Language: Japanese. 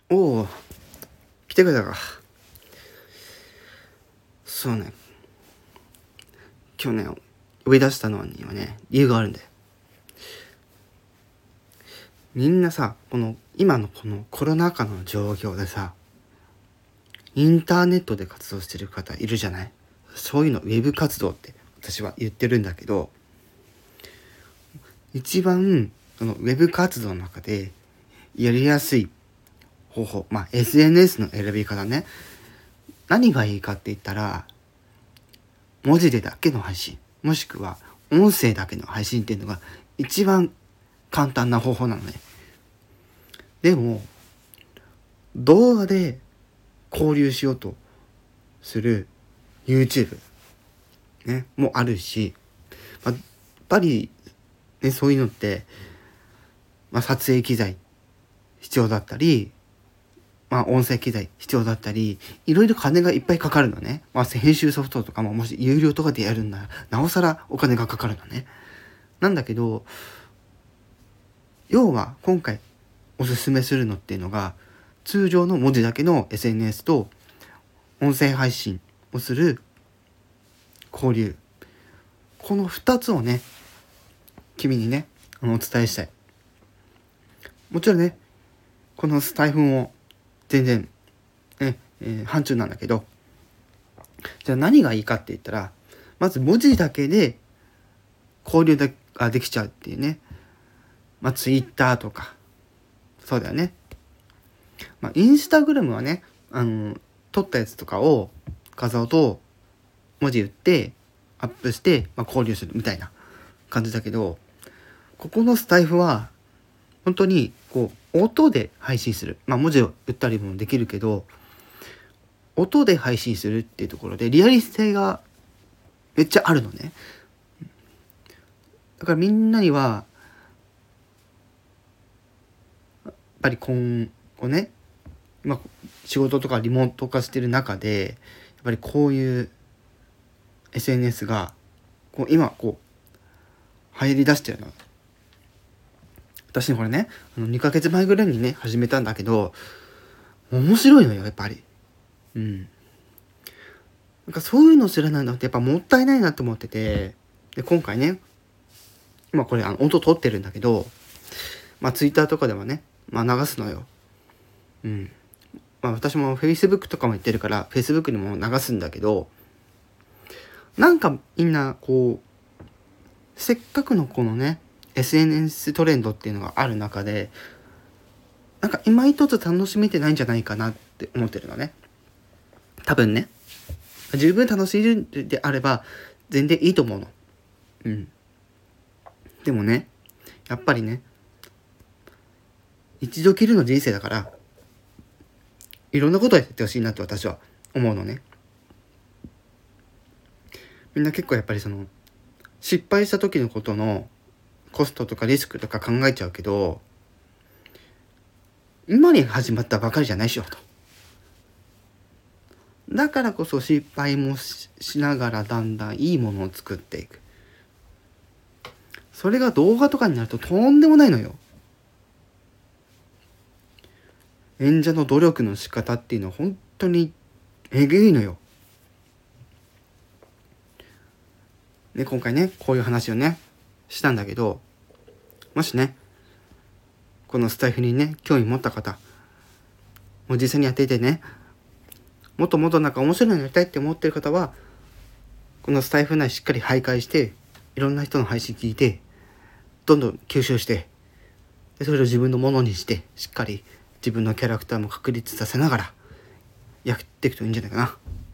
おお、来てくれたか。そうね。今日ね、呼び出したのにはね、理由があるんだよ。みんなさ、今のこのコロナ禍の状況でさ、インターネットで活動してる方いるじゃない。そういうのウェブ活動って私は言ってるんだけど、一番そのウェブ活動の中でやりやすい方法、SNS の選び方ね、何がいいかって言ったら、文字でだけの配信、もしくは音声だけの配信っていうのが一番簡単な方法なのね。でも動画で交流しようとする YouTube ねもあるし、やっぱりね、そういうのって、撮影機材必要だったり、音声機材必要だったり、いろいろ金がいっぱいかかるのね。編集ソフトとかももし有料とかでやるんならなおさらお金がかかるのね。なんだけど、要は今回おすすめするのっていうのが、通常の文字だけの SNS と音声配信をする交流、この2つをね、君にねお伝えしたい。もちろんね、このスタイフも全然ね、範疇なんだけど、じゃあ何がいいかって言ったら、まず文字だけで交流ができちゃうっていうね。ツイッターとか、そうだよね。インスタグラムはね、撮ったやつとかを画像と文字打ってアップして、交流するみたいな感じだけど、ここのスタイフは本当に音で配信する、文字を打ったりもできるけど、音で配信するっていうところでリアリティがめっちゃあるのね。だからみんなにはやっぱり今後ね、仕事とかリモート化してる中で、やっぱりこういう SNS が今流行り出してるの。私ね、これね、2ヶ月前ぐらいにね始めたんだけど、面白いのよやっぱり。なんかそういうの知らないのってやっぱもったいないなと思ってて、で今回ね、今これ音取ってるんだけど、ツイッターとかではね、流すのよ。私も Facebook とかも言ってるから Facebook にも流すんだけど、なんかみんなせっかくのこのね SNS トレンドっていうのがある中で、なんか今一つ楽しめてないんじゃないかなって思ってるのね。多分ね、十分楽しいであれば全然いいと思うの。でもね、やっぱりね、一度きりの人生だから、いろんなことをやってほしいなと私は思うのね。みんな結構やっぱり失敗した時のことのコストとかリスクとか考えちゃうけど、今に始まったばかりじゃないしよと。だからこそ失敗も しながらだんだんいいものを作っていく。それが動画とかになるととんでもないのよ。演者の努力の仕方っていうのは本当にえぐいのよ。で今回ねこういう話をねしたんだけど、もしねこのスタイフにね興味持った方、もう実際にやっていてね、もっともっとなんか面白いのやりたいって思ってる方は、このスタイフ内しっかり徘徊して、いろんな人の配信聞いて、どんどん吸収して、でそれを自分のものにして、しっかり自分のキャラクターも確立させながらやっていくといいんじゃないかな。